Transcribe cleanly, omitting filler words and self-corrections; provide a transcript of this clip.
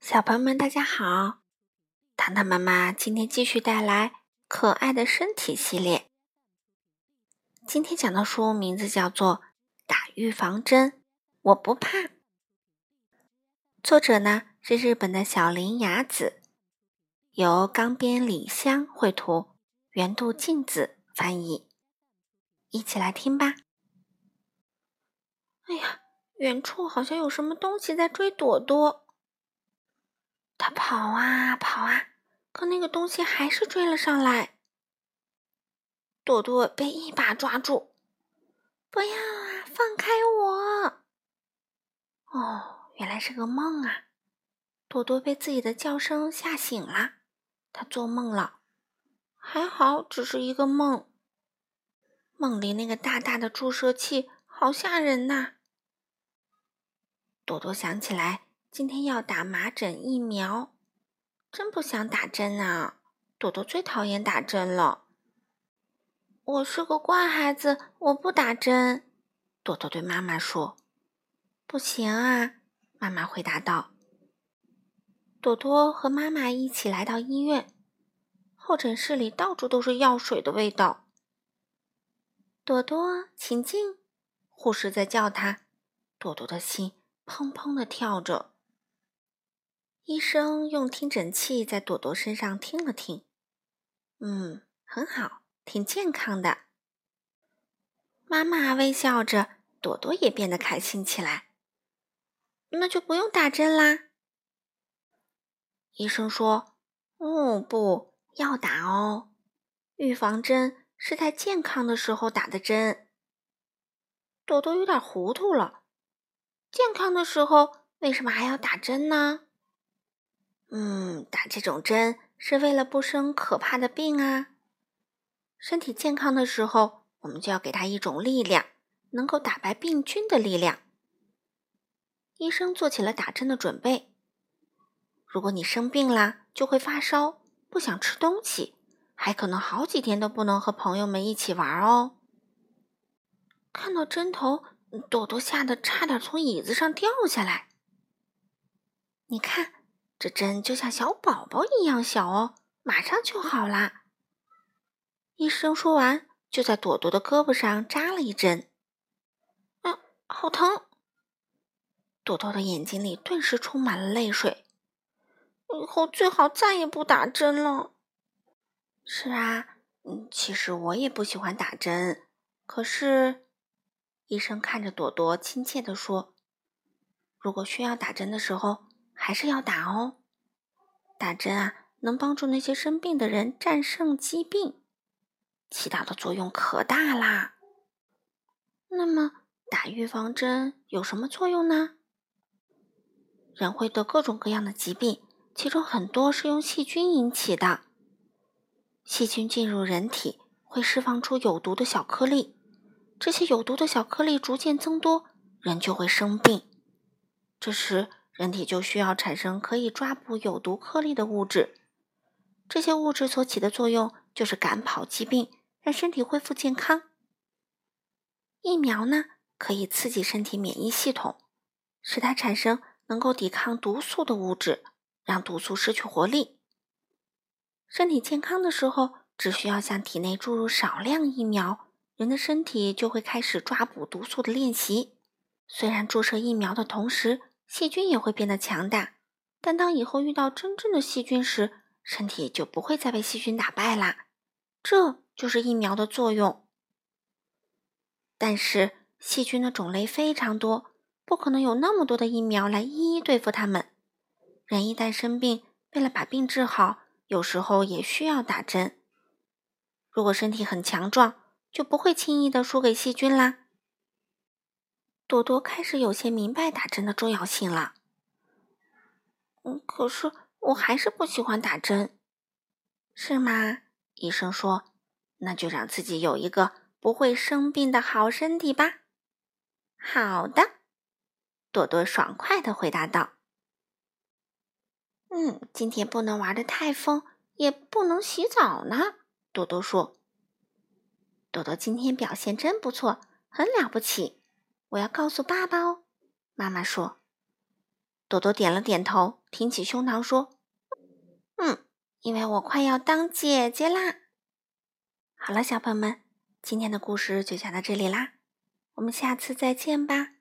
小朋友们，大家好！糖糖妈妈今天继续带来可爱的身体系列。今天讲的书名字叫做《打预防针，我不怕》。作者呢是日本的小林雅子，由冈边理香绘图，原渡静子翻译。一起来听吧。哎呀，远处好像有什么东西在追朵朵。他跑啊跑啊，可那个东西还是追了上来。朵朵被一把抓住，不要啊，放开我！哦，原来是个梦啊。朵朵被自己的叫声吓醒了，她做梦了。还好只是一个梦。梦里那个大大的注射器好吓人呐。朵朵想起来今天要打麻疹疫苗，真不想打针啊。朵朵最讨厌打针了。我是个乖孩子，我不打针。朵朵对妈妈说。不行啊，妈妈回答道。朵朵和妈妈一起来到医院，候诊室里到处都是药水的味道。朵朵，请进，护士在叫她。朵朵的心砰砰地跳着。医生用听诊器在朵朵身上听了听，很好，挺健康的。妈妈微笑着，朵朵也变得开心起来。那就不用打针啦。医生说，不，要打哦。预防针是在健康的时候打的针。朵朵有点糊涂了。健康的时候为什么还要打针呢？打这种针是为了不生可怕的病啊。身体健康的时候，我们就要给它一种力量，能够打败病菌的力量。医生做起了打针的准备。如果你生病啦，就会发烧，不想吃东西，还可能好几天都不能和朋友们一起玩哦。看到针头，朵朵吓得差点从椅子上掉下来。你看，这针就像小宝宝一样小哦，马上就好啦。医生说完，就在朵朵的胳膊上扎了一针。好疼！朵朵的眼睛里顿时充满了泪水。以后最好再也不打针了。是啊，其实我也不喜欢打针，可是，医生看着朵朵亲切地说，如果需要打针的时候，还是要打哦。打针啊，能帮助那些生病的人战胜疾病，起到的作用可大啦。那么，打预防针有什么作用呢？人会得各种各样的疾病，其中很多是由细菌引起的。细菌进入人体会释放出有毒的小颗粒，这些有毒的小颗粒逐渐增多，人就会生病。这时，人体就需要产生可以抓捕有毒颗粒的物质。这些物质所起的作用就是赶跑疾病，让身体恢复健康。疫苗呢，可以刺激身体免疫系统，使它产生能够抵抗毒素的物质，让毒素失去活力。身体健康的时候，只需要向体内注入少量疫苗，人的身体就会开始抓捕毒素的练习。虽然注射疫苗的同时，细菌也会变得强大，但当以后遇到真正的细菌时，身体就不会再被细菌打败啦。这就是疫苗的作用。但是细菌的种类非常多，不可能有那么多的疫苗来一一对付它们。人一旦生病，为了把病治好，有时候也需要打针。如果身体很强壮，就不会轻易的输给细菌啦。朵朵开始有些明白打针的重要性了。可是我还是不喜欢打针。是吗？医生说，那就让自己有一个不会生病的好身体吧。好的，朵朵爽快地回答道。今天不能玩得太疯，也不能洗澡呢，朵朵说。朵朵今天表现真不错，很了不起，我要告诉爸爸哦，妈妈说。 朵朵点了点头，挺起胸膛说：“因为我快要当姐姐啦。”好了，小朋友们，今天的故事就讲到这里啦，我们下次再见吧。